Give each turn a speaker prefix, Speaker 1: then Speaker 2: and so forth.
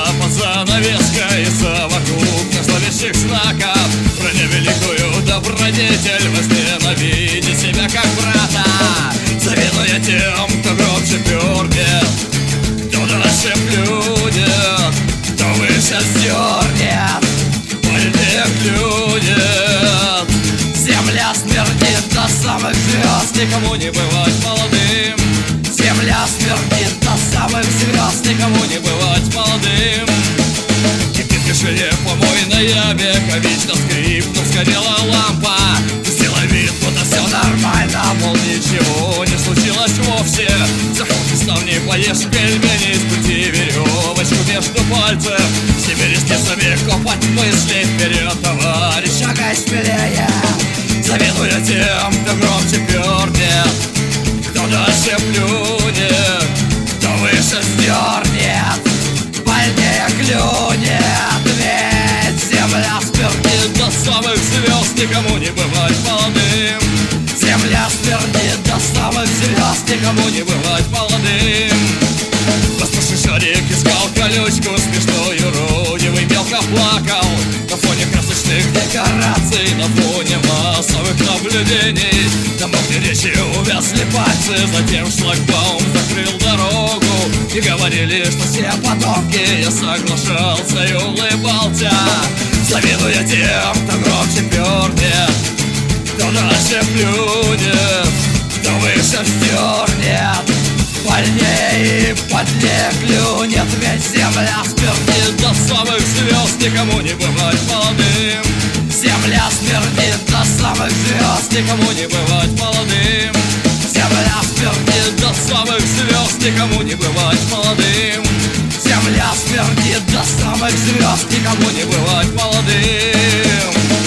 Speaker 1: под занавеской из-за вокруг зловещих знаков. Храня великую добродетель, возненавидеть себя как брата. Завидуя тем, кто громче пернет, кто дальше плюнет, кто выше сдернет, больнее клюнет. Земля смердит до самых звезд, никому не бывать молодым. Земля смердит до самых звезд, никому не бывать молодым. Кипит в тишине помойная века, вечно скрипнув сгорела лампа. Сделай вид, будто все нормально, мол, ничего не случилось вовсе. Заходи с нами, поешь пельмени, спути веревочку между пальцев. Себе ресницами копать мысли вперед, товарищ, шагай смелее. Завидуя тем, кто громче пернет, кто дальше плюнет, кто выше сдернет, больнее клюнет. Ведь земля смердит до самых звезд, никому не бывать молодым. Земля смердит до самых звезд, никому не бывать молодым. Воздушный шарик искал колючку, смешной, уродивый, мелко плакал. На фоне красочных декораций, на фоне массовых наблюдений, на мокрой речи увязли пальцы. Затем шлагбаум закрыл дорогу, и говорили, что все подонки. Я соглашался и улыбался, завидуя тем, кто громче пернет, кто дальше плюнет, кто выше сдернет, больнее и подлее клюнет. Ведь земля смердит до самых звезд, никому не бывать молодым. Земля смердит до самых звезд, никому не бывать молодым. Земля смердит до самых звезд, никому не бывать молодым. Земля смердит до самых звезд, никому не бывать молодым.